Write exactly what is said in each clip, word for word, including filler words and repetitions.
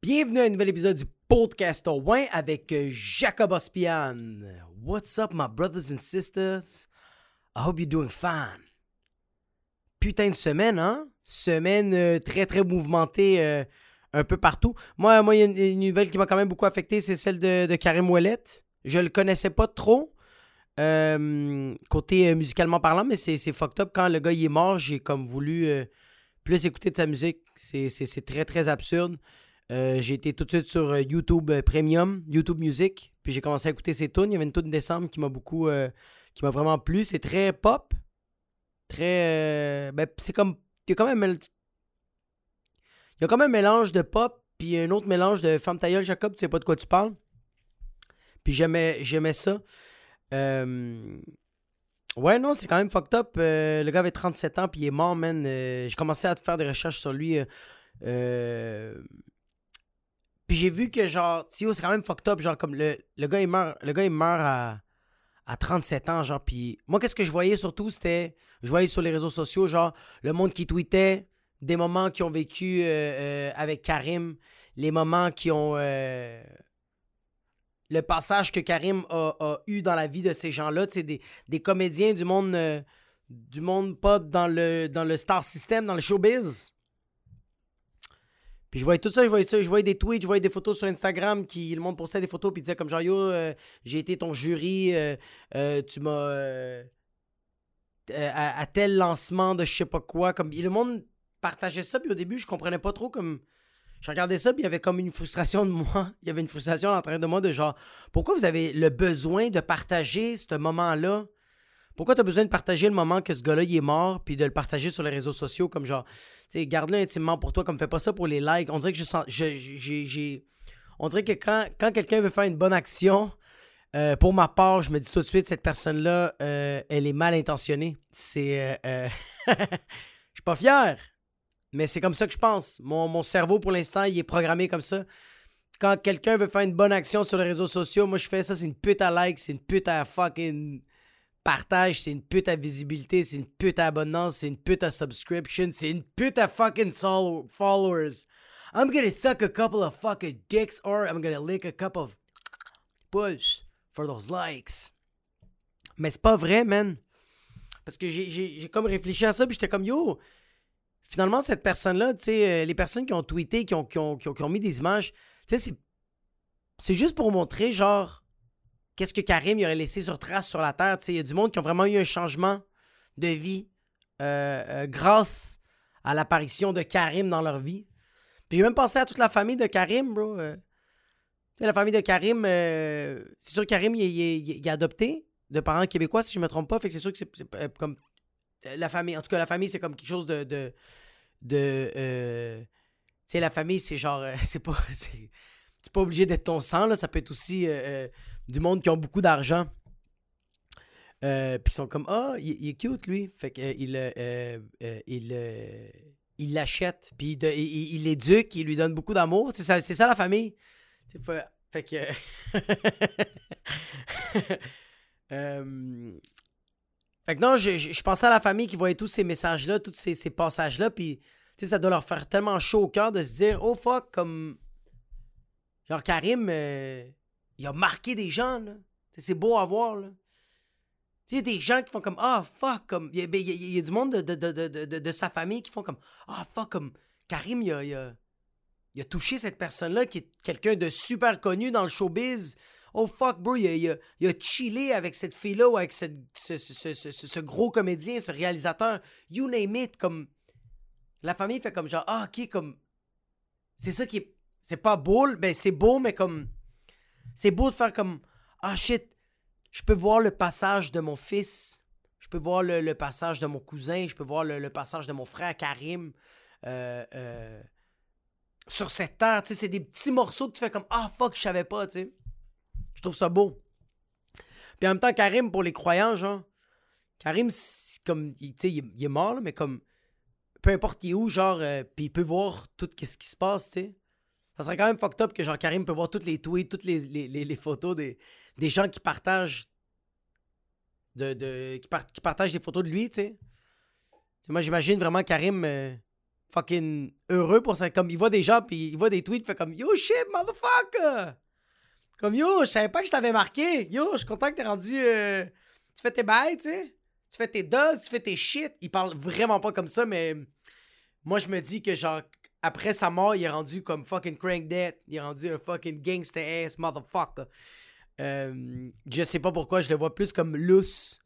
Bienvenue à un nouvel épisode du Podcast au Win avec euh, Jacob Ospian. What's up, my brothers and sisters? I hope you're doing fine. Putain de semaine, hein? Semaine euh, très, très mouvementée euh, un peu partout. Moi, moi, il y a une, une nouvelle qui m'a quand même beaucoup affecté, c'est celle de, de Karim Ouellet. Je le connaissais pas trop, euh, côté euh, musicalement parlant, mais c'est, c'est fucked up. Quand le gars il est mort, j'ai comme voulu euh, plus écouter de sa musique. C'est, c'est, c'est très, très absurde. Euh, j'ai été tout de suite sur euh, YouTube euh, Premium, YouTube Music, puis j'ai commencé à écouter ses tunes. Il y avait une tune décembre qui m'a beaucoup, euh, qui m'a vraiment plu. C'est très pop, très, euh, ben c'est comme, il y a quand même, il y a quand même un mélange de pop, puis un autre mélange de Femme ta gueule, Jacob, tu sais pas de quoi tu parles. Puis j'aimais, j'aimais ça. Euh... Ouais, non, c'est quand même fucked up. Euh, le gars avait trente-sept ans, puis il est mort, man. Euh, j'ai commencé à faire des recherches sur lui. Euh... euh Puis j'ai vu que, genre, Tio, c'est quand même fucked up. Genre, comme le, le gars, il meurt, le gars, il meurt à, à trente-sept ans, genre. Puis moi, qu'est-ce que je voyais surtout, c'était, je voyais sur les réseaux sociaux, genre, le monde qui tweetait des moments qu'ils ont vécu euh, euh, avec Karim, les moments qui ont. Euh, le passage que Karim a, a eu dans la vie de ces gens-là, tu sais, des, des comédiens du monde, euh, du monde pas dans le, dans le star system, dans le showbiz. Puis je voyais tout ça, je voyais ça, je voyais des tweets, je voyais des photos sur Instagram qui le monde postait des photos puis disait comme genre yo, euh, j'ai été ton jury, euh, euh, tu m'as euh, à, à tel lancement de je sais pas quoi, comme et le monde partageait ça puis au début je comprenais pas trop comme je regardais ça puis il y avait comme une frustration de moi, il y avait une frustration en train de moi de genre pourquoi vous avez le besoin de partager ce moment-là? Pourquoi t'as besoin de partager le moment que ce gars-là il est mort puis de le partager sur les réseaux sociaux comme genre, tu sais, garde-le intimement pour toi, comme fais pas ça pour les likes. On dirait que je sens, je, j'ai, j'ai, on dirait que quand, quand quelqu'un veut faire une bonne action, euh, pour ma part, je me dis tout de suite, cette personne-là, euh, elle est mal intentionnée. C'est, euh, euh, je suis pas fier, mais c'est comme ça que je pense. Mon, mon cerveau, pour l'instant, il est programmé comme ça. Quand quelqu'un veut faire une bonne action sur les réseaux sociaux, moi, je fais ça, c'est une pute à like, c'est une pute à fucking... partage, c'est une pute à visibilité, c'est une pute à abondance, c'est une pute à subscription, c'est une pute à fucking sol- followers. I'm gonna suck a couple of fucking dicks or I'm gonna lick a couple of push for those likes. Mais c'est pas vrai, man. Parce que j'ai, j'ai, j'ai comme réfléchi à ça, puis j'étais comme, yo, finalement, cette personne-là, tu sais, euh, les personnes qui ont tweeté, qui ont, qui ont, qui ont, qui ont mis des images, tu sais, c'est, c'est juste pour montrer, genre, qu'est-ce que Karim il aurait laissé sur trace sur la terre. Il y a du monde qui ont vraiment eu un changement de vie euh, euh, grâce à l'apparition de Karim dans leur vie. Puis j'ai même pensé à toute la famille de Karim, bro. Euh, la famille de Karim, euh, c'est sûr que Karim, il, il, il est adopté de parents québécois, si je ne me trompe pas. Fait que c'est sûr que c'est, c'est euh, comme la famille. En tout cas, la famille, c'est comme quelque chose de... de, de euh, tu sais, la famille, c'est genre... Euh, c'est pas... C'est, c'est pas obligé d'être ton sang, là. Ça peut être aussi... Euh, euh, du monde qui ont beaucoup d'argent. Euh, puis ils sont comme, ah, oh, il, il est cute, lui. Fait qu'il euh, euh, euh, il, euh, il l'achète. Puis il, il, il l'éduque, il lui donne beaucoup d'amour. C'est ça, c'est ça la famille. Fait, fait que. euh, fait que non, je, je, je pensais à la famille qui voyait tous ces messages-là, tous ces, ces passages-là. Puis ça doit leur faire tellement chaud au cœur de se dire, oh fuck, comme. Genre Karim. Euh, Il a marqué des gens, là. T'sais, c'est beau à voir, là. Il y a des gens qui font comme « Ah, oh, fuck! » comme Il y, y, y, y a du monde de, de, de, de, de, de sa famille qui font comme « Ah, oh, fuck! » comme Karim, il a, il, a, il a touché cette personne-là qui est quelqu'un de super connu dans le showbiz. Oh, fuck, bro! Il a, il a, il a chillé avec cette fille-là ou avec cette, ce, ce, ce, ce, ce gros comédien, ce réalisateur. You name it. Comme la famille fait comme genre « Ah, OK, comme... » C'est ça qui est... C'est pas beau, ben c'est beau, mais comme... C'est beau de faire comme « Ah, shit, je peux voir le passage de mon fils, je peux voir le, le passage de mon cousin, je peux voir le, le passage de mon frère Karim euh, euh, sur cette terre. » Tu sais, c'est des petits morceaux que tu fais comme « Ah, fuck, je savais pas, tu sais. » Je trouve ça beau. Puis en même temps, Karim, pour les croyants, genre, Karim, c'est comme, tu sais, il, il est mort, là, mais comme, peu importe il est où, genre, euh, puis il peut voir tout ce qui se passe, tu sais. Ça serait quand même fucked up que genre Karim peut voir toutes les tweets, toutes les, les, les, les photos des, des gens qui partagent de, de qui, par, qui partagent des photos de lui, tu sais. Moi, j'imagine vraiment Karim, euh, fucking heureux pour ça. Comme il voit des gens, puis il voit des tweets, il fait comme yo shit, motherfucker! Comme yo, je savais pas que je t'avais marqué. Yo, je suis content que t'es rendu. Euh... Tu fais tes bails, tu sais. Tu fais tes doses, tu fais tes shit. Il parle vraiment pas comme ça, mais moi je me dis que genre, après sa mort, il est rendu comme fucking Crank Dead. Il est rendu un fucking gangster ass motherfucker. Euh, je sais pas pourquoi, je le vois plus comme lousse.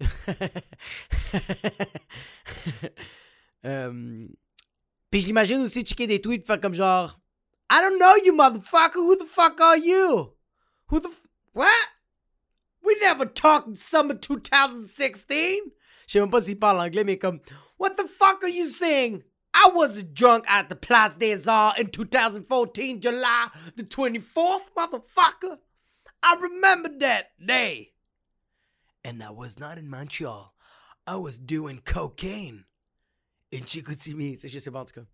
euh, Puis je l'imagine aussi checker des tweets faire comme genre I don't know you motherfucker, who the fuck are you? Who the f- what? We never talked in summer twenty sixteen. Je sais même pas s'il parle anglais, mais comme what the fuck are you saying? I wasn't drunk at the Place des Arts in twenty fourteen, July the twenty-fourth, motherfucker. I remember that day. And I was not in Montreal. I was doing cocaine in Chicoutimi. C'est je sais pas en tout cas.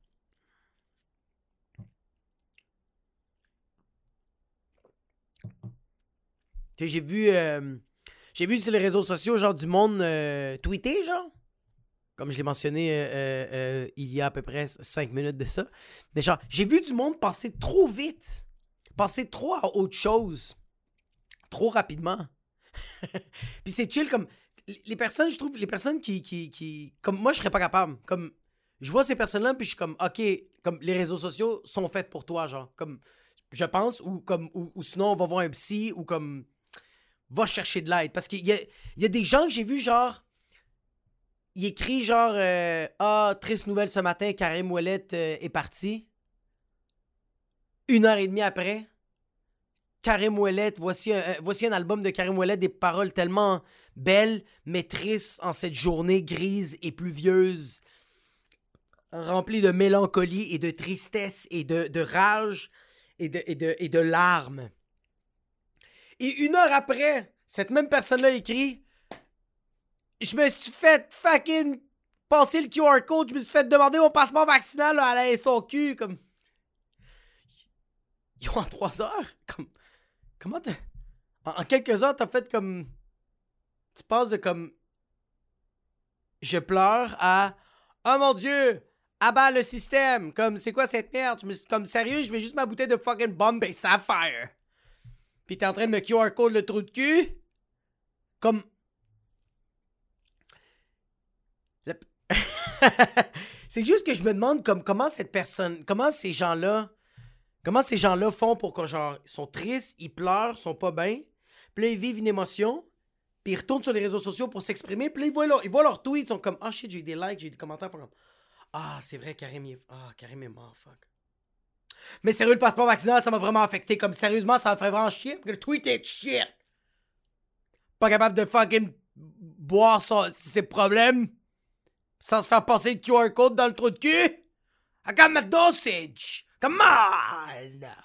Tu sais, j'ai vu euh, j'ai vu sur les réseaux sociaux genre du monde euh, tweeter genre. Comme je l'ai mentionné euh, euh, euh, il y a à peu près cinq minutes de ça. Mais genre, j'ai vu du monde passer trop vite. Passer trop à autre chose. Trop rapidement. Puis c'est chill comme... Les personnes, je trouve, les personnes qui, qui, qui... Comme moi, je serais pas capable. Comme, je vois ces personnes-là, puis je suis comme, OK, comme les réseaux sociaux sont faits pour toi, genre. Comme, je pense, ou comme ou, ou sinon, on va voir un psy, ou comme, va chercher de l'aide. Parce qu'il y a, il y a des gens que j'ai vus, genre, il écrit genre, euh, ah, triste nouvelle ce matin, Karim Ouellet euh, est parti. Une heure et demie après... Karim Ouellet, voici un, euh, voici un album de Karim Ouellet, des paroles tellement belles, mais tristes en cette journée grise et pluvieuse, remplie de mélancolie et de tristesse et de, de rage et de, et, de, et de larmes. Et une heure après, cette même personne-là écrit « Je me suis fait fucking passer le Q R code, je me suis fait demander mon passeport vaccinal là, à la S O Q. » Comme... Yo, en trois heures? Comme... Comment t'as... En, en quelques heures, t'as fait comme... Tu passes de comme... Je pleure à... Oh mon Dieu! Abat le système! Comme, c'est quoi cette merde? Je me suis... Comme, sérieux, je vais juste ma bouteille de fucking Bombay Sapphire! Pis t'es en train de me Q R code le trou de cul? Comme... Le... c'est juste que je me demande comme comment cette personne... Comment ces gens-là... Comment ces gens-là font pour que, genre, ils sont tristes, ils pleurent, ils sont pas bien, puis là, ils vivent une émotion, puis ils retournent sur les réseaux sociaux pour s'exprimer, puis là, ils voient, leur, ils voient leurs tweets, ils sont comme « Ah, oh, shit, j'ai eu des likes, j'ai eu des commentaires. » comme « Ah, c'est vrai, Karim est... Ah, Karim est mort, fuck. » Mais sérieux, le passeport vaccinal, ça m'a vraiment affecté. Comme, sérieusement, ça me fait vraiment chier. Le tweet est shit. Pas capable de fucking boire son, ses problèmes sans se faire passer le Q R code dans le trou de cul. I got my dosage. Come on! Tu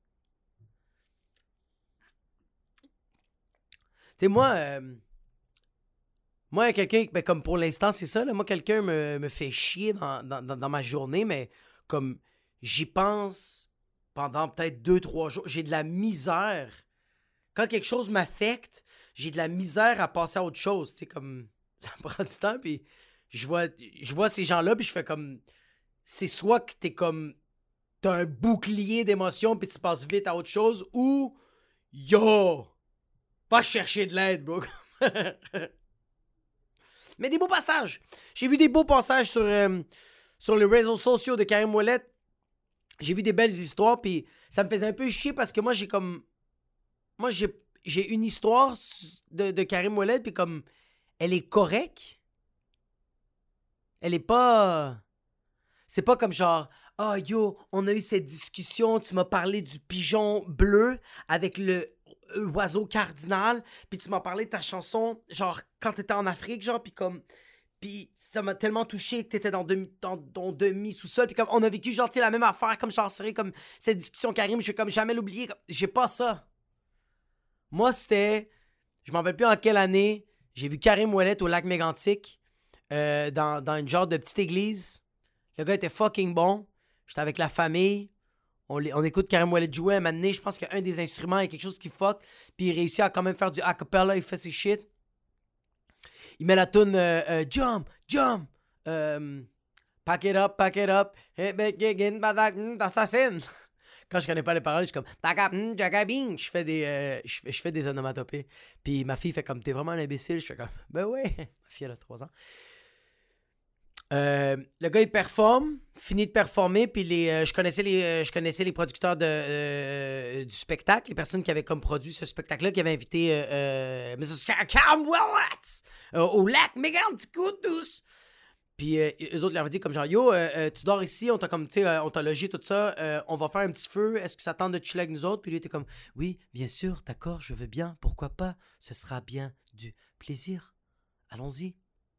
sais, moi, euh, moi, quelqu'un, ben, comme pour l'instant, c'est ça, là, moi, quelqu'un me, me fait chier dans, dans, dans ma journée, mais comme j'y pense pendant peut-être deux, trois jours, j'ai de la misère. Quand quelque chose m'affecte, j'ai de la misère à passer à autre chose, tu sais, comme, ça me prend du temps, puis je vois, je vois ces gens-là, puis je fais comme, c'est soit que t'es comme, t'as un bouclier d'émotions puis tu passes vite à autre chose ou yo, pas chercher de l'aide, bro. Mais des beaux passages. J'ai vu des beaux passages sur, euh, sur les réseaux sociaux de Karim Ouellet. J'ai vu des belles histoires puis ça me faisait un peu chier parce que moi j'ai comme moi j'ai j'ai une histoire de, de Karim Ouellet puis comme elle est correcte. Elle est pas c'est pas comme genre ah, oh, yo, on a eu cette discussion, tu m'as parlé du pigeon bleu avec le euh, oiseau cardinal, puis tu m'as parlé de ta chanson, genre, quand t'étais en Afrique, genre, puis comme... Puis ça m'a tellement touché que t'étais dans, demi, dans ton demi-sous-sol, puis comme, on a vécu, genre, tu sais, la même affaire, comme, genre, sérieux, comme, cette discussion, Karim, je vais comme jamais l'oublier, comme, j'ai pas ça. Moi, c'était... Je m'en rappelle plus en quelle année, j'ai vu Karim Ouellet au lac Mégantic, euh, dans, dans une genre de petite église. Le gars était fucking bon. J'étais avec la famille. On, on écoute Karim Ouellet jouer. Un moment donné, je pense qu'un des instruments est quelque chose qui fuck. Puis il réussit à quand même faire du acapella. Il fait ses shit. Il met la tune euh, euh, Jump, Jump. Euh, Pack it up, pack it up. Assassin. Quand je connais pas les paroles, je suis comme je fais des euh, je, fais, je fais des onomatopées. Puis ma fille fait comme t'es vraiment un imbécile. Je fais comme ben ouais. Ma fille elle a trois ans. Euh, le gars il performe, finit de performer, puis les, euh, je connaissais les, euh, je connaissais les producteurs de, euh, du spectacle, les personnes qui avaient comme produit ce spectacle-là, qui avaient invité euh, euh, monsieur Cam Willett euh, au lac Méganticoutus. Puis euh, eux autres leur avaient dit comme genre yo, euh, euh, tu dors ici, on t'a comme tu sais, euh, on t'a logé tout ça, euh, on va faire un petit feu. Est-ce que ça tente de chiller avec nous autres? Puis lui était comme oui, bien sûr, d'accord, je veux bien, pourquoi pas, ce sera bien du plaisir. Allons-y.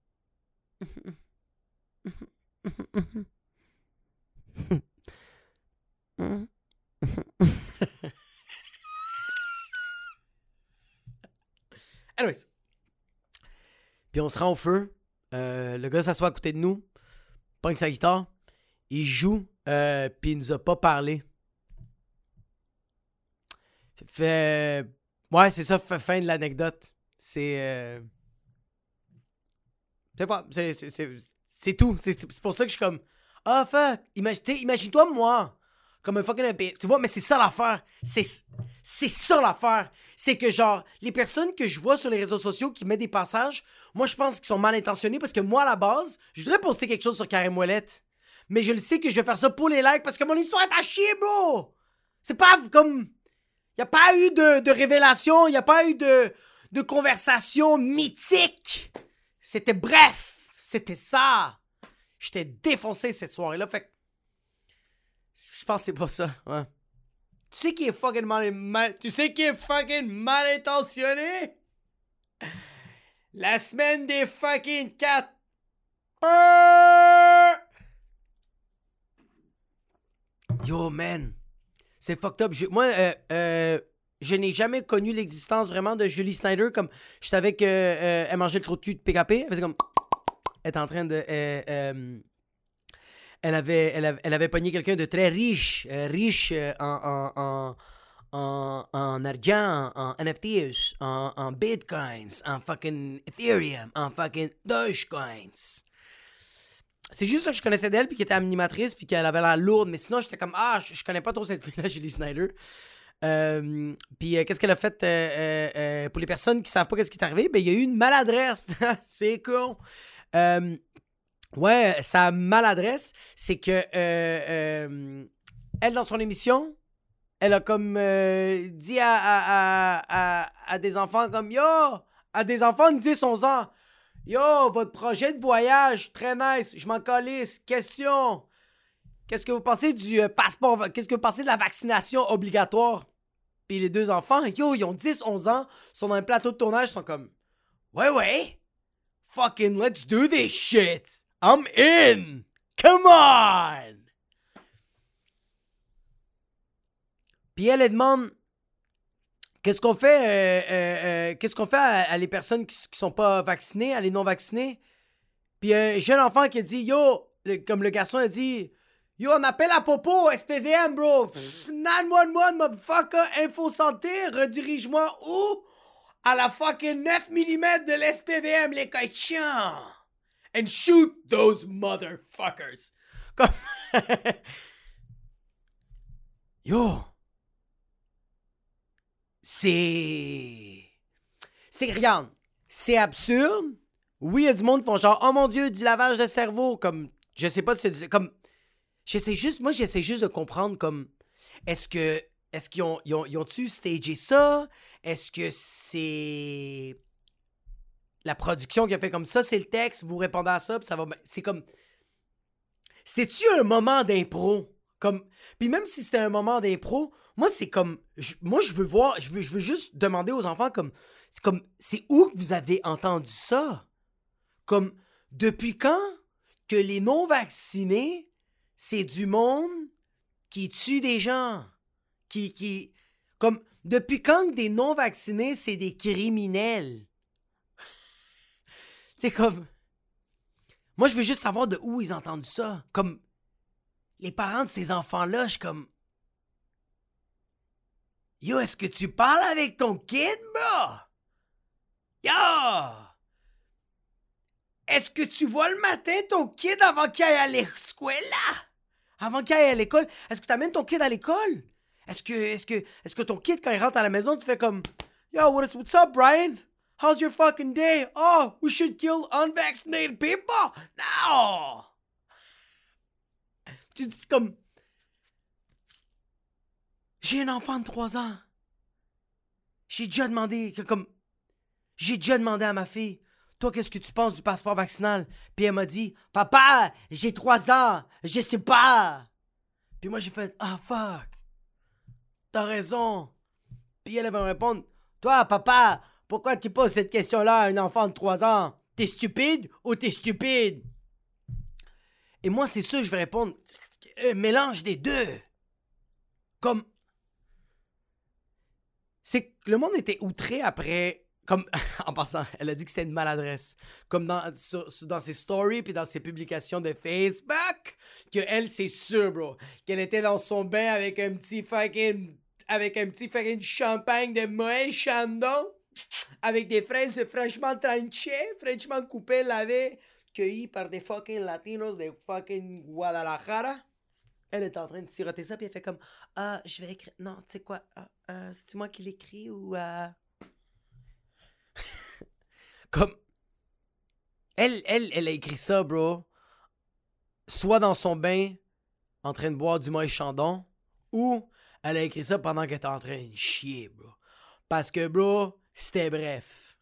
Anyways. Puis on se rend au feu. Euh, le gars s'assoit à côté de nous. Pogne sa guitare. Il joue. Euh, puis il nous a pas parlé. Fait. Ouais, c'est ça, fin de l'anecdote. C'est. Euh... C'est pas. C'est, c'est, c'est, c'est tout. C'est, c'est pour ça que je suis comme. Ah, fuck. Imagine, imagine-toi, moi. Comme un fucking imbécile. Tu vois, mais c'est ça l'affaire. C'est, c'est ça l'affaire. C'est que, genre, les personnes que je vois sur les réseaux sociaux qui mettent des passages, moi, je pense qu'ils sont mal intentionnés parce que moi, à la base, je voudrais poster quelque chose sur Karim Ouellette. Mais je le sais que je vais faire ça pour les likes parce que mon histoire est à chier, bro. C'est pas comme. Il a pas eu de, de révélation. Il n'y a pas eu de, de conversation mythique. C'était bref. C'était ça. J'étais défoncé cette soirée-là. Fait que. Je pense que c'est pas ça. Ouais. Tu sais qui est fucking mal, mal. Tu sais qui est fucking mal intentionné? La semaine des fucking quatre. Yo, man. C'est fucked up. Je, moi, euh, euh, je n'ai jamais connu l'existence vraiment de Julie Snyder. Comme je savais qu'elle euh, mangeait le trou de cul de P K P. Elle faisait comme. Elle est en train de. Euh, euh, elle, avait, elle, avait, elle avait pogné quelqu'un de très riche. Euh, riche euh, en, en, en, en, en argent, en N F Ts, en, en bitcoins, en fucking Ethereum, en fucking Dogecoins. C'est juste ça que je connaissais d'elle, puis qu'elle était animatrice, puis qu'elle avait l'air lourde. Mais sinon, j'étais comme, ah, je, je connais pas trop cette fille-là, Julie Snyder. Euh, puis euh, qu'est-ce qu'elle a fait euh, euh, euh, pour les personnes qui savent pas qu'est-ce qui est arrivé? Ben, il y a eu une maladresse. C'est con. Euh, ouais, sa maladresse, c'est que euh, euh, elle, dans son émission, elle a comme euh, dit à, à, à, à, à des enfants comme, yo, à des enfants de dix onze ans, yo, votre projet de voyage, très nice, je m'en calisse. Question, qu'est-ce que vous pensez du euh, passeport, qu'est-ce que vous pensez de la vaccination obligatoire? Puis les deux enfants, yo, ils ont dix onze ans, sont dans un plateau de tournage, sont comme, ouais, ouais, fucking let's do this shit. I'm in. Come on. Puis elle, elle demande, qu'est-ce qu'on fait, euh, euh, euh, qu'est-ce qu'on fait à, à les personnes qui, qui sont pas vaccinées, à les non vaccinés? Puis un jeune enfant qui a dit, yo, le, comme le garçon a dit, yo, on appelle à Popo, S P V M, bro. neuf un un, motherfucker, info santé, redirige-moi où? À la fucking neuf millimètres de l'S P V M, les cochons. And shoot those motherfuckers. Comme. Yo. C'est. C'est. Regarde. C'est absurde. Oui, il y a du monde qui font genre, oh mon Dieu, du lavage de cerveau. Comme. Je sais pas si c'est. Comme. J'essaie juste. Moi, j'essaie juste de comprendre, comme. Est-ce que. Est-ce qu'ils ont. Ils ont, ils ont-tu stagé ça? Est-ce que c'est. La production qui a fait comme ça, c'est le texte, vous répondez à ça, puis ça va. C'est comme. C'était-tu un moment d'impro? Comme. Puis même si c'était un moment d'impro, moi, c'est comme. Je, moi, je veux voir. Je veux, je veux juste demander aux enfants, comme. C'est comme. C'est où que vous avez entendu ça? Comme. Depuis quand que les non-vaccinés, c'est du monde qui tue des gens? Qui. qui comme. Depuis quand que des non-vaccinés, c'est des criminels? C'est comme. Moi, je veux juste savoir de où ils ont entendu ça. Comme. Les parents de ces enfants-là, je suis comme. Yo, est-ce que tu parles avec ton kid, bro? Yo! Est-ce que tu vois le matin ton kid avant qu'il aille à l'école? Avant qu'il aille à l'école? Est-ce que tu amènes ton kid à l'école? Est-ce que, est-ce que, est-ce que ton kid, quand il rentre à la maison, tu fais comme Yo, what is, what's up, Brian? How's your fucking day? Oh, we should kill unvaccinated people? No! Tu dis comme J'ai un enfant de trois ans. J'ai déjà demandé, que, comme, j'ai déjà demandé à ma fille, toi, qu'est-ce que tu penses du passeport vaccinal? Puis elle m'a dit, papa, j'ai trois ans, je sais pas. Puis moi, j'ai fait, ah, fuck, t'as raison. Puis elle va me répondre, toi, papa, pourquoi tu poses cette question-là à un enfant de trois ans? T'es stupide ou t'es stupide? Et moi, c'est ça que je vais répondre, un mélange des deux. Comme, c'est que le monde était outré après... Comme, en passant, elle a dit que c'était une maladresse. Comme dans, sur, dans ses stories puis dans ses publications de Facebook, que elle, c'est sûr, bro, qu'elle était dans son bain avec un petit fucking... Avec un petit fucking champagne de Moët Chandon, avec des fraises fraîchement tranchées, fraîchement coupées, lavées, cueillies par des fucking latinos de fucking Guadalajara. Elle est en train de siroter ça, puis elle fait comme, ah, je vais écrire... Non, tu sais quoi, ah, euh, c'est-tu moi qui l'écris ou... Euh... Comme, elle, elle, elle a écrit ça, bro, soit dans son bain, en train de boire du Moët Chandon, ou elle a écrit ça pendant qu'elle était en train de chier, bro. Parce que, bro, c'était bref.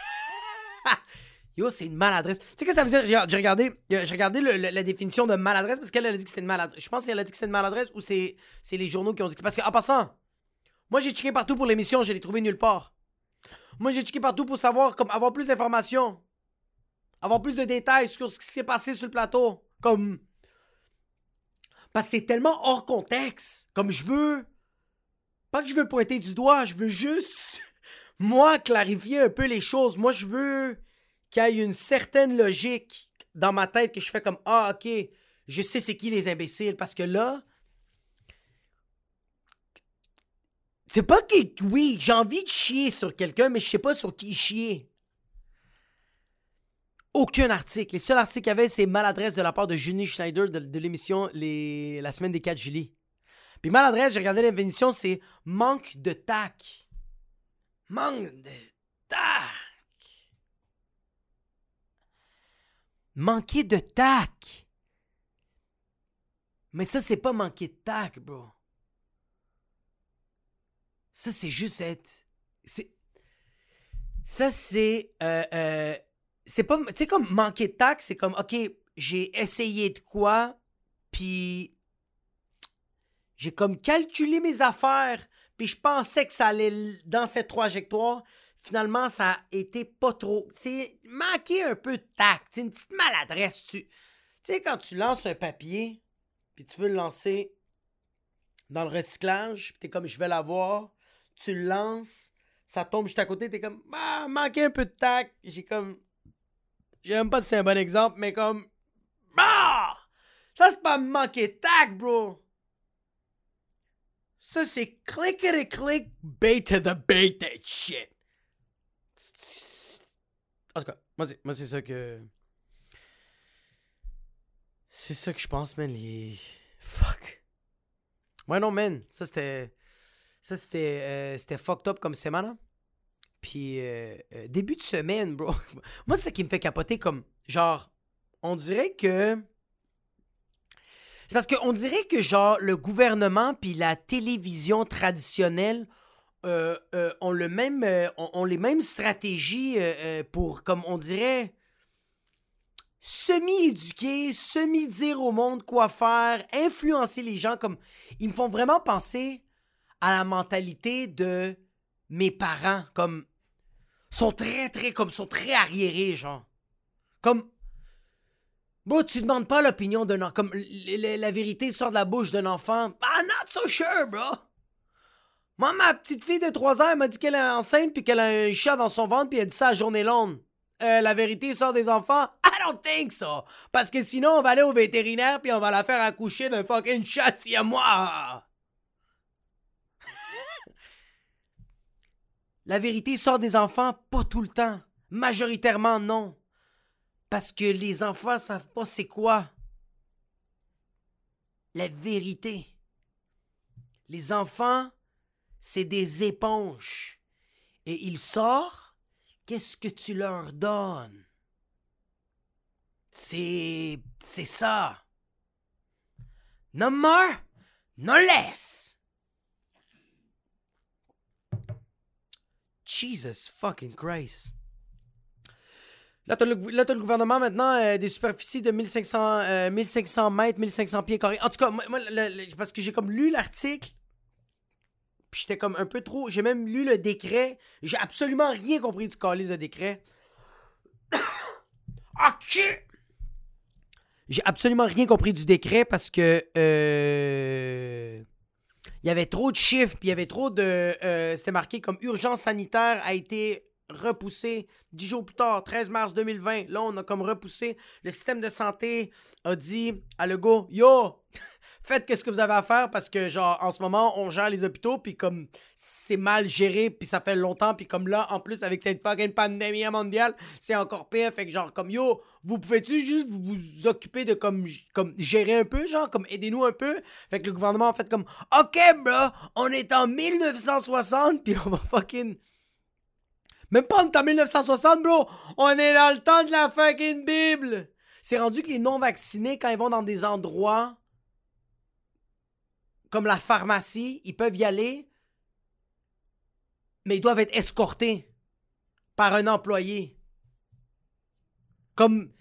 Yo, c'est une maladresse. Tu sais que ça veut dire? J'ai, j'ai regardé, j'ai regardé le, le, la définition de maladresse, parce qu'elle a dit que c'était une maladresse. Je pense qu'elle a dit que c'était une maladresse, ou c'est, c'est les journaux qui ont dit que... Parce qu'en passant, moi, j'ai checké partout pour l'émission, je l'ai trouvé nulle part. Moi, j'ai checké partout pour savoir, comme, avoir plus d'informations. Avoir plus de détails sur ce qui s'est passé sur le plateau. Comme... Parce que c'est tellement hors contexte. Comme je veux... Pas que je veux pointer du doigt, je veux juste... Moi, clarifier un peu les choses. Moi, je veux qu'il y ait une certaine logique dans ma tête que je fais comme, ah, ok, je sais c'est qui les imbéciles. Parce que là... C'est pas que, oui, j'ai envie de chier sur quelqu'un, mais je sais pas sur qui chier. Aucun article. Les seuls articles qu'il y avait, c'est maladresse de la part de Julie Schneider de, de l'émission les, La semaine des quatre juillet. Puis maladresse, j'ai regardé la définition, c'est manque de tact. Manque de tact. Manquer de tact. Mais ça, c'est pas manquer de tact, bro. Ça, c'est juste être... C'est... Ça, c'est... Euh, euh, c'est pas... Tu sais, comme manquer de tact, c'est comme, OK, j'ai essayé de quoi, puis j'ai comme calculé mes affaires, puis je pensais que ça allait dans cette trajectoire. Finalement, ça a été pas trop... C'est manquer un peu de tact. C'est une petite maladresse. Tu sais, quand tu lances un papier, puis tu veux le lancer dans le recyclage, puis t'es comme, je vais l'avoir... Tu le lances, ça tombe juste à côté, t'es comme, ah, manqué un peu de tact. J'ai comme, je sais même pas si c'est un bon exemple, mais comme, ah, ça c'est pas manquer de tact, bro. Ça c'est clickety-click, bait to the baited shit. En tout cas, moi c'est, moi c'est ça que, c'est ça que je pense, man, les, fuck. Ouais, non, man, ça c'était... Ça, c'était, euh, c'était fucked up comme semaine. Puis, euh, euh, début de semaine, bro. Moi, c'est ça qui me fait capoter comme... Genre, on dirait que... C'est parce qu'on dirait que, genre, le gouvernement puis la télévision traditionnelle euh, euh, ont, le même, euh, ont, ont les mêmes stratégies euh, euh, pour, comme on dirait... semi-éduquer, semi-dire au monde quoi faire, influencer les gens. Comme ils me font vraiment penser... à la mentalité de mes parents, comme, sont très, très, comme, sont très arriérés, genre. Comme, bon, tu demandes pas l'opinion d'un enfant, comme, la, la vérité sort de la bouche d'un enfant. Ah, not so sure, bro. Moi, ma petite fille de trois ans, elle m'a dit qu'elle est enceinte, puis qu'elle a un chat dans son ventre, puis elle dit ça à journée longue. Euh, la vérité sort des enfants? I don't think so. Parce que sinon, on va aller au vétérinaire, puis on va la faire accoucher d'un fucking chat si à moi. La vérité sort des enfants, pas tout le temps. Majoritairement, non. Parce que les enfants savent pas c'est quoi la vérité. Les enfants, c'est des éponges. Et ils sortent, qu'est-ce que tu leur donnes? C'est... c'est ça. No more, no less. Jesus fucking Christ. Là, t'as le, là, t'as le gouvernement maintenant, euh, des superficies de mille cinq cents, euh, mille cinq cents mètres, mille cinq cents pieds carrés. En tout cas, moi, moi, le, le, parce que j'ai comme lu l'article, puis j'étais comme un peu trop... J'ai même lu le décret. J'ai absolument rien compris du calice de décret. Ok! J'ai absolument rien compris du décret parce que... Euh... Il y avait trop de chiffres, puis il y avait trop de... Euh, c'était marqué comme urgence sanitaire a été repoussée dix jours plus tard, treize mars deux mille vingt. Là, on a comme repoussé. Le système de santé a dit à Legault, « Yo, faites qu'est-ce que vous avez à faire parce que, genre, en ce moment, on gère les hôpitaux, puis comme c'est mal géré, puis ça fait longtemps, puis comme là, en plus, avec cette fucking pandémie mondiale, c'est encore pire. Fait que, genre, comme, yo, vous pouvez-tu juste vous, vous occuper de, comme, comme, gérer un peu, genre, comme, aidez-nous un peu? Fait que le gouvernement a fait comme, OK, bro, on est en mille neuf cent soixante, puis on va fucking... Même pas en mille neuf cent soixante, bro, on est dans le temps de la fucking Bible! C'est rendu que les non-vaccinés, quand ils vont dans des endroits comme la pharmacie, ils peuvent y aller, mais ils doivent être escortés par un employé. Comme,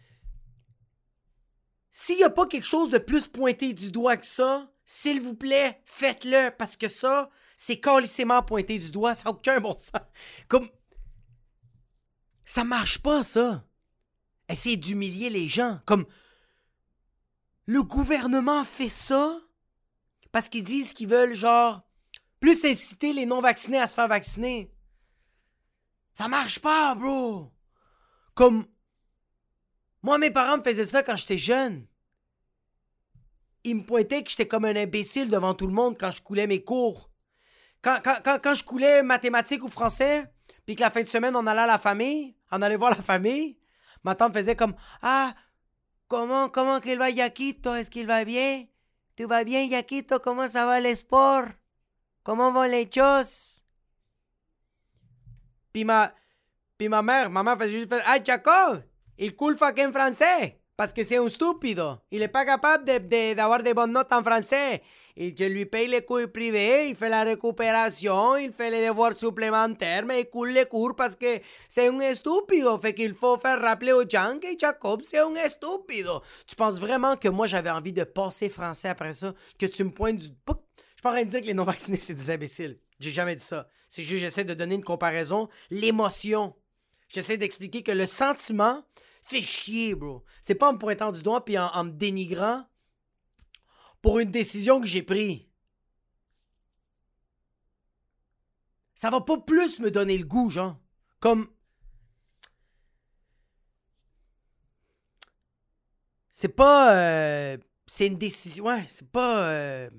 s'il n'y a pas quelque chose de plus pointé du doigt que ça, s'il vous plaît, faites-le, parce que ça, c'est câlissément pointé du doigt, ça n'a aucun bon sens. Comme, ça marche pas, ça. Essayez d'humilier les gens. Comme, le gouvernement fait ça parce qu'ils disent qu'ils veulent, genre, plus inciter les non-vaccinés à se faire vacciner. Ça marche pas, bro. Comme, moi, mes parents me faisaient ça quand j'étais jeune. Ils me pointaient que j'étais comme un imbécile devant tout le monde quand je coulais mes cours. Quand, quand, quand, quand je coulais mathématiques ou français, puis que la fin de semaine, on allait à la famille, on allait voir la famille, ma tante faisait comme, « Ah, comment, comment qu'il va, Yaquito? Est-ce qu'il va bien? Tu vas bien, Yaquito? Comment ça va les sports? Comment vont les choses? » Puis ma, puis ma mère, ma mère faisait juste faire, « Ah, Jacob, il coule fucking français, parce que c'est un stupido. Il est pas capable de, de, d'avoir des bonnes notes en français. Et je lui paye les cours privés, il fait la récupération, il fait les devoirs supplémentaires, mais il coule les cours parce que c'est un stupido. Fait qu'il faut faire rappeler aux gens que Jacob, c'est un stupido. » Tu penses vraiment que moi, j'avais envie de passer français après ça? Que tu me pointes du... Je suis pas en train de dire que les non-vaccinés, c'est des imbéciles. J'ai jamais dit ça. C'est juste j'essaie de donner une comparaison. L'émotion. J'essaie d'expliquer que le sentiment fait chier, bro. C'est pas en me pointant du doigt puis en, en me dénigrant pour une décision que j'ai prise. Ça va pas plus me donner le goût, genre. Comme... C'est pas... Euh... C'est une décision... Ouais, c'est pas... Euh...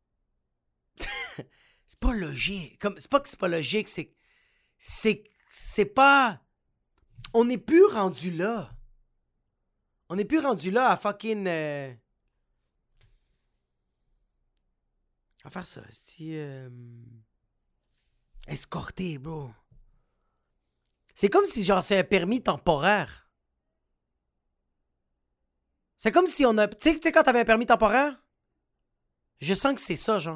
c'est pas logique. Comme... C'est pas que c'est pas logique, c'est... C'est... C'est pas... On n'est plus rendu là. On n'est plus rendu là à fucking... Euh... À faire ça, c'est... Euh... Escorter, bro. C'est comme si, genre, c'est un permis temporaire. C'est comme si on a... Tu sais, quand t'avais un permis temporaire, je sens que c'est ça, genre.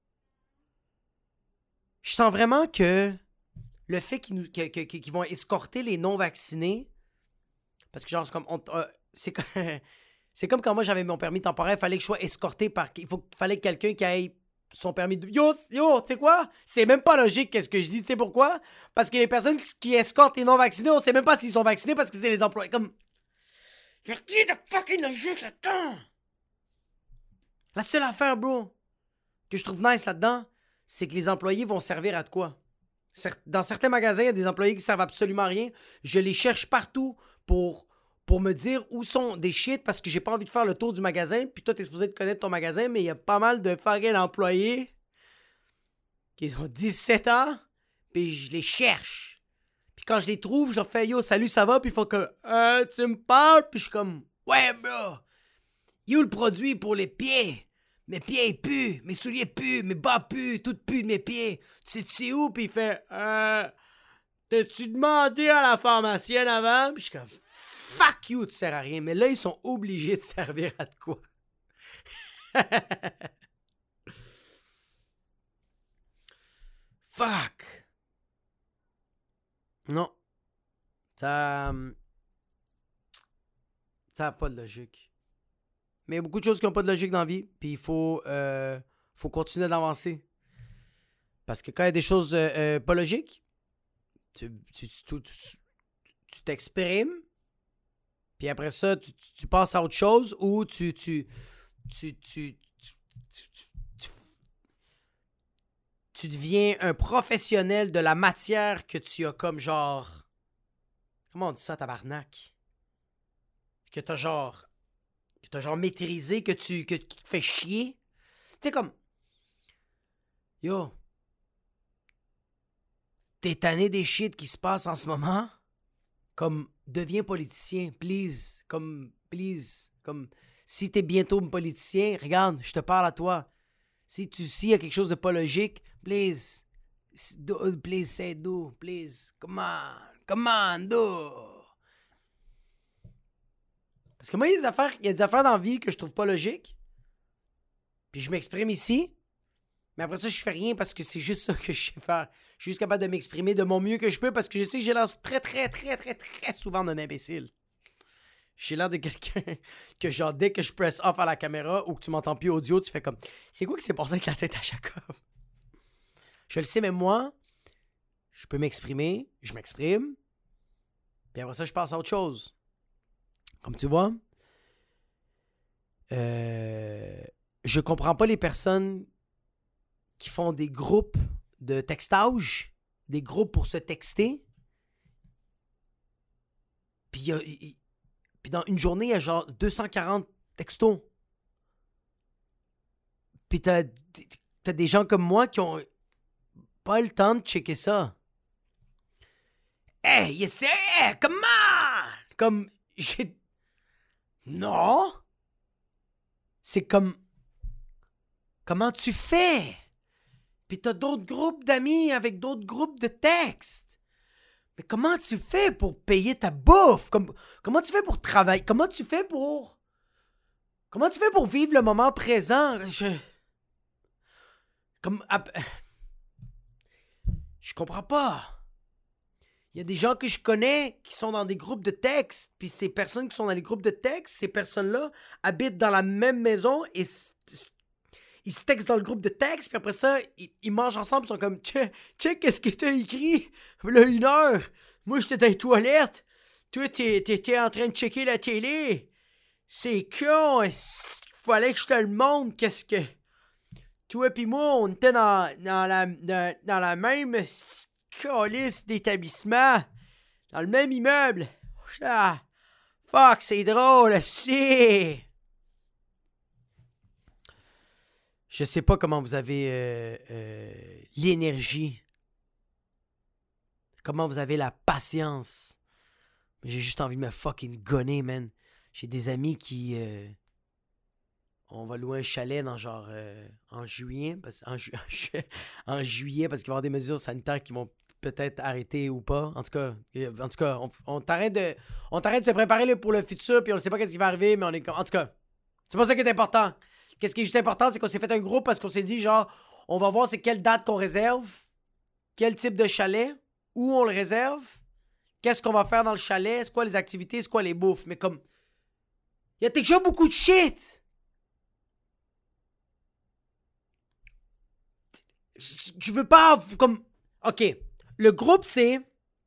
Je sens vraiment que le fait qu'ils, nous, que, que, qu'ils vont escorter les non-vaccinés, parce que, genre, c'est comme... On, euh, c'est, comme c'est comme quand moi, j'avais mon permis temporaire, il fallait que je sois escorté par... Il faut, fallait que quelqu'un qui ait son permis de... Yo, yo, tu sais quoi? C'est même pas logique qu'est-ce que je dis. Tu sais pourquoi? Parce que les personnes qui escortent les non-vaccinés, on sait même pas s'ils sont vaccinés parce que c'est les employés. Comme... Il y a rien de fucking logique là-dedans! La seule affaire, bro, que je trouve nice là-dedans, c'est que les employés vont servir à de quoi? Dans certains magasins, il y a des employés qui servent absolument à rien. Je les cherche partout pour... pour me dire où sont des shit parce que j'ai pas envie de faire le tour du magasin. Puis toi, t'es supposé de connaître ton magasin, mais il y a pas mal de fucking employés qui ont dix-sept ans, puis je les cherche. Puis quand je les trouve, je leur fais « Yo, salut, ça va? » Puis ils font que euh, « Tu me parles? » Puis je suis comme « Ouais, bro! Yo, le produit pour les pieds! Mes pieds puent! Mes souliers puent! Mes bas puent! Tout pue de mes pieds! Tu sais, tu sais où? » Puis il fait « Euh... T'as-tu demandé à la pharmacienne avant? » Puis je suis comme « Fuck you, tu sers à rien! » Mais là, ils sont obligés de servir à de quoi? Fuck! Non. Ça... Ça n'a pas de logique. Mais il y a beaucoup de choses qui n'ont pas de logique dans la vie, puis il faut, euh, faut continuer d'avancer. Parce que quand il y a des choses euh, euh, pas logiques, tu, tu, tu, tu, tu t'exprimes, puis après ça, tu, tu, tu passes à autre chose, ou tu... tu, tu, tu, tu, tu, tu, tu deviens un professionnel de la matière que tu as comme genre... Comment on dit ça, tabarnak? Que t'as genre... Que t'as genre maîtrisé, que tu... Que, qui te fait chier. Tu sais, comme... Yo... T'es tanné des shit qui se passent en ce moment? Comme, deviens politicien, please. Comme, please. Comme, si t'es bientôt un politicien, regarde, je te parle à toi. Si tu s'il y a quelque chose de pas logique, please. Do, please say do, please. Come on. Come on, do. Parce que moi, il y a des affaires, il y a des affaires dans la vie que je trouve pas logiques. Puis je m'exprime ici. Mais après ça, je fais rien parce que c'est juste ça que je sais faire. Je suis juste capable de m'exprimer de mon mieux que je peux parce que je sais que j'ai l'air très, très, très, très, très souvent d'un imbécile. J'ai l'air de quelqu'un que genre, dès que je press off à la caméra ou que tu m'entends plus audio, tu fais comme, c'est quoi qui s'est passé avec la tête à Jacob? Je le sais, mais moi, je peux m'exprimer, je m'exprime, puis après ça, je passe à autre chose. Comme tu vois, euh, je comprends pas les personnes qui font des groupes de textage, des groupes pour se texter. Puis, y a, y, puis dans une journée, il y a genre deux cent quarante textos. Puis t'as, t'as des gens comme moi qui ont pas le temps de checker ça. Hey, you say, hey, come on! Comme, j'ai... Non! C'est comme... Comment tu fais? Puis t'as d'autres groupes d'amis avec d'autres groupes de textes. Mais comment tu fais pour payer ta bouffe? Comme, comment tu fais pour travailler? Comment tu fais pour... Comment tu fais pour vivre le moment présent? Je... Comme... Je comprends pas. Il y a des gens que je connais qui sont dans des groupes de textes. Puis ces personnes qui sont dans les groupes de textes, ces personnes-là habitent dans la même maison et... Ils se textent dans le groupe de texte, puis après ça, ils, ils mangent ensemble, ils sont comme « Check, check, qu'est-ce que t'as écrit? Là, une heure. Moi, j'étais dans les toilettes. Toi, t'es, t'étais en train de checker la télé. C'est con. Il fallait que je te le montre. Qu'est-ce que... Toi pis moi, on était dans, dans, la, dans, dans la même calice d'établissement. Dans le même immeuble. Ah, fuck, c'est drôle, c'est... Je sais pas comment vous avez euh, euh, l'énergie. Comment vous avez la patience. J'ai juste envie de me fucking gonner, man. J'ai des amis qui... Euh, on va louer un chalet dans genre... Euh, en juillet. Parce, en, ju- en juillet, parce qu'il va y avoir des mesures sanitaires qui vont peut-être arrêter ou pas. En tout cas, en tout cas on, on t'arrête de on t'arrête de se préparer là, pour le futur, puis on ne sait pas ce qui va arriver, mais on est... En tout cas, c'est pas ça qui est important. Qu'est-ce qui est juste important, c'est qu'on s'est fait un groupe parce qu'on s'est dit, genre, on va voir c'est quelle date qu'on réserve, quel type de chalet, où on le réserve, qu'est-ce qu'on va faire dans le chalet, c'est quoi les activités, c'est quoi les bouffes. Mais comme, il y a déjà beaucoup de shit. Je veux pas, comme, OK, le groupe, c'est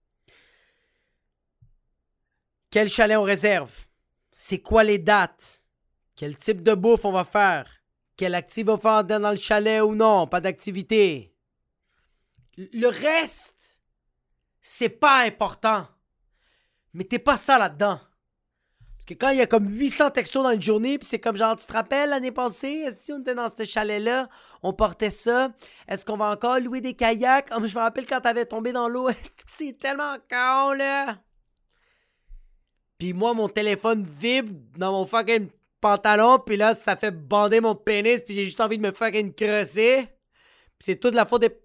quel chalet on réserve, c'est quoi les dates, quel type de bouffe on va faire? Quelle activité on va faire dans le chalet ou non? Pas d'activité. Le reste, c'est pas important. Mettez pas ça là-dedans. que quand il y a comme huit cents textos dans une journée, puis c'est comme genre, tu te rappelles l'année passée, est-ce qu'on était dans ce chalet-là, on portait ça, est-ce qu'on va encore louer des kayaks? Oh, je me rappelle quand t'avais tombé dans l'eau, c'est tellement con, là! Puis moi, mon téléphone vibre dans mon fucking pantalon, puis là, ça fait bander mon pénis, puis j'ai juste envie de me fucking crosser. Puis c'est toute la faute des...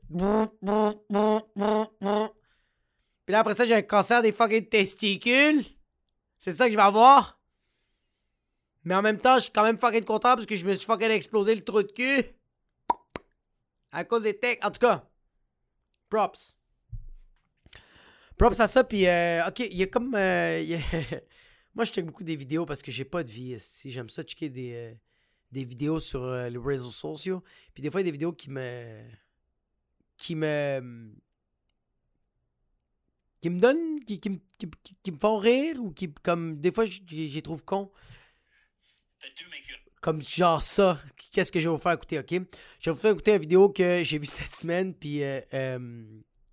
Puis là, après ça, j'ai un cancer des fucking testicules. C'est ça que je vais avoir. Mais en même temps, je suis quand même fucking content parce que je me suis fucking explosé le trou de cul. À cause des techs. En tout cas, props. Props à ça, puis euh, ok, il y a comme... Euh, y a... Moi, je check beaucoup des vidéos parce que j'ai pas de vie. Si j'aime ça, checker des, euh, des vidéos sur euh, les réseaux sociaux. Puis des fois, il y a des vidéos qui me... Qui me... Qui me donnent... Qui, qui, qui, qui, qui me font rire ou qui... Comme... Des fois, j'y trouve con. Comme genre ça. Qu'est-ce que je vais vous faire écouter, ok? Je vais vous faire écouter une vidéo que j'ai vue cette semaine, puis... Euh, euh...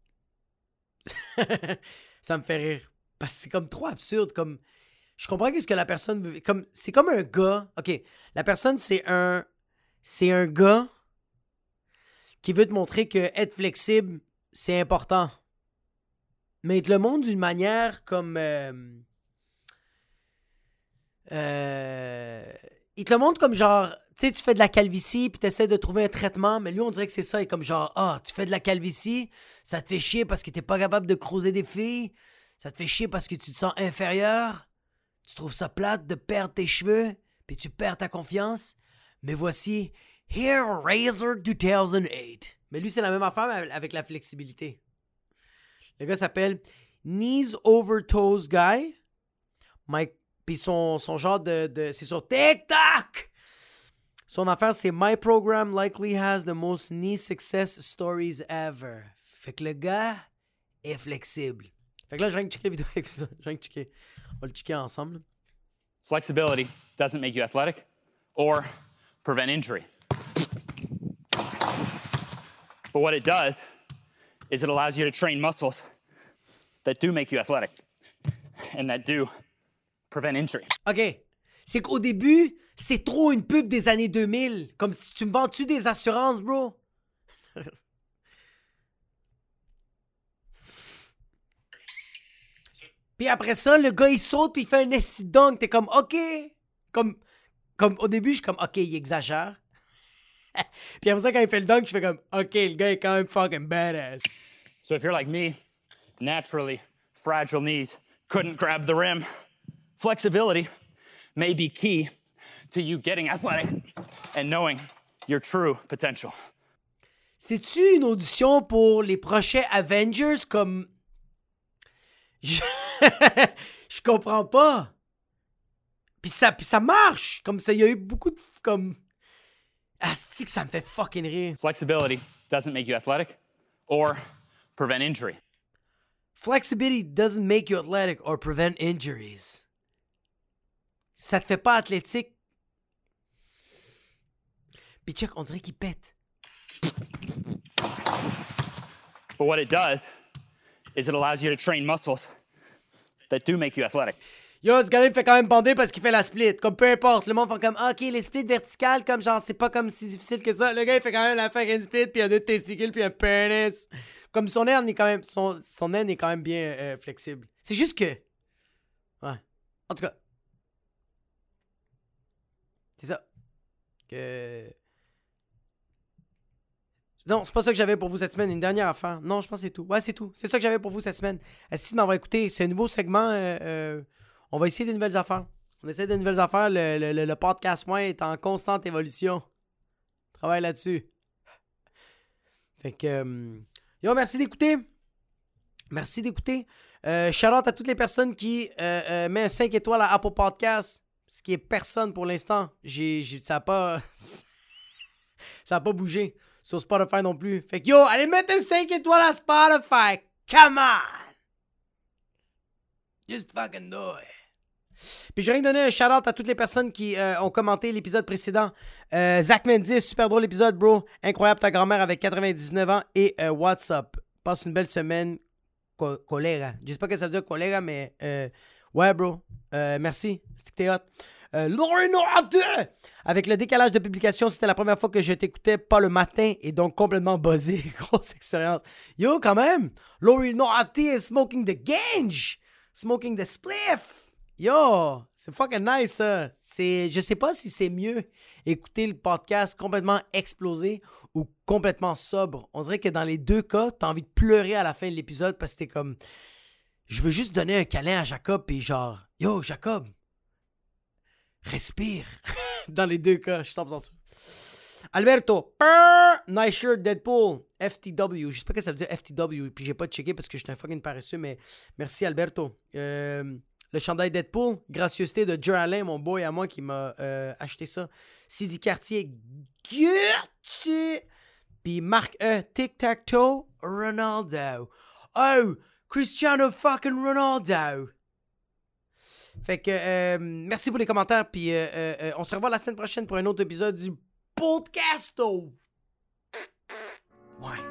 ça me fait rire. Parce que c'est comme trop absurde, comme... Je comprends qu'est-ce que la personne veut... Comme... C'est comme un gars... OK, la personne, c'est un... C'est un gars qui veut te montrer que être flexible, c'est important. Mais il te le montre d'une manière comme... Euh... Euh... Il te le montre comme genre... Tu sais, tu fais de la calvitie, puis tu essaies de trouver un traitement, mais lui, on dirait que c'est ça. Il est comme genre, ah, tu fais de la calvitie, ça te fait chier parce que t'es pas capable de creuser des filles, ça te fait chier parce que tu te sens inférieur, tu trouves ça plate de perdre tes cheveux, puis tu perds ta confiance. Mais voici Hair Razor deux mille huit. Mais lui, c'est la même affaire, mais avec la flexibilité. Le gars s'appelle Knees Over Toes Guy. Mike, puis son, son genre de, de... C'est sur TikTok! Son affaire, c'est My program likely has the most knee success stories ever. Fait que le gars est flexible. Fait que là, je viens de checker la vidéo avec ça. Je viens de checker. On va le checker ensemble. Flexibility doesn't make you athletic or prevent injury. But what it does is it allows you to train muscles that do make you athletic and that do prevent injury. OK. C'est qu'au début, c'est trop une pub des années deux mille. Comme si tu me vends-tu des assurances, bro? Puis après ça, le gars, il saute puis il fait un esti dunk. T'es comme, OK. Comme, comme au début, je suis comme, OK, il exagère. Puis après ça, quand il fait le dunk, je fais comme, OK, le gars est quand même fucking badass. So if you're like me, naturally fragile knees couldn't grab the rim, flexibility may be key to you getting athletic and knowing your true potential. C'est-tu une audition pour les prochains Avengers comme... Je, je comprends pas. Puis ça, puis ça marche. Comme ça, il y a eu beaucoup de... Comme... Ah, c'est que ça me fait fucking rire. Flexibility doesn't make you athletic or prevent injury. Flexibility doesn't make you athletic or prevent injuries. Ça te fait pas athlétique. Puis check, on dirait qu'il pète. But what it does is it allows you to train muscles that do make you athletic. Yo, ce gars-là, il fait quand même bander parce qu'il fait la split. Comme peu importe, le monde fait comme, OK, les splits verticales, comme genre, c'est pas comme si difficile que ça. Le gars, il fait quand même la fucking split, puis il a deux testicules, puis un pénis. Comme son aine est quand même, son, son aine est quand même bien euh, flexible. C'est juste que... Ouais. En tout cas. C'est ça. Que... Non, c'est pas ça que j'avais pour vous cette semaine. Une dernière affaire. Non, je pense que c'est tout. Ouais, c'est tout. C'est ça que j'avais pour vous cette semaine. Merci de m'avoir écouté. C'est un nouveau segment. Euh, euh, on va essayer de nouvelles affaires. On essaie de nouvelles affaires. Le, le, le, le podcast moins est en constante évolution. On travaille là-dessus. Fait que... Euh, yo, merci d'écouter. Merci d'écouter. Euh, shout out à toutes les personnes qui euh, euh, mettent cinq étoiles à Apple Podcast. Ce qui est personne pour l'instant. J'ai, j'ai, ça n'a pas... ça n'a pas bougé. Sur Spotify non plus. Fait que yo, allez mettre un cinq étoiles à Spotify. Come on! Just fucking do it. Puis je viens de donner un shout-out à toutes les personnes qui euh, ont commenté l'épisode précédent. Euh, Zach Mendes, super drôle l'épisode, bro. Incroyable ta grand-mère avec quatre-vingt-dix-neuf ans. Et euh, what's up? Passe une belle semaine, co- collègue. Je sais pas ce que ça veut dire, collègue, mais euh, Ouais, bro. Euh, merci. C'était que t'es hot. Euh, Lauren Norante! Avec le décalage de publication, c'était la première fois que je t'écoutais pas le matin et donc complètement buzzé. Grosse expérience. Yo, quand même! Lauren Norante is smoking the ganj! Smoking the spliff! Yo! C'est fucking nice, ça. C'est, je sais pas si c'est mieux écouter le podcast complètement explosé ou complètement sobre. On dirait que dans les deux cas, t'as envie de pleurer à la fin de l'épisode parce que t'es comme... Je veux juste donner un câlin à Jacob et genre... Yo, Jacob! Respire. Dans les deux cas, je suis cent pour cent sûr. Alberto. Purr, nice shirt, Deadpool. F T W. Je sais pas ce que ça veut dire F T W. Puis j'ai pas checké parce que j'étais un fucking paresseux. Mais merci, Alberto. Euh, le chandail Deadpool. Gracieuseté de Joe Alain, mon boy à moi qui m'a euh, acheté ça. Sidi Cartier. Gucci. Puis Marc E. Tic-Tac-Toe. Ronaldo. Oh, Cristiano fucking Ronaldo. Fait que euh, merci pour les commentaires, puis euh, euh, on se revoit la semaine prochaine pour un autre épisode du podcast. Ouais.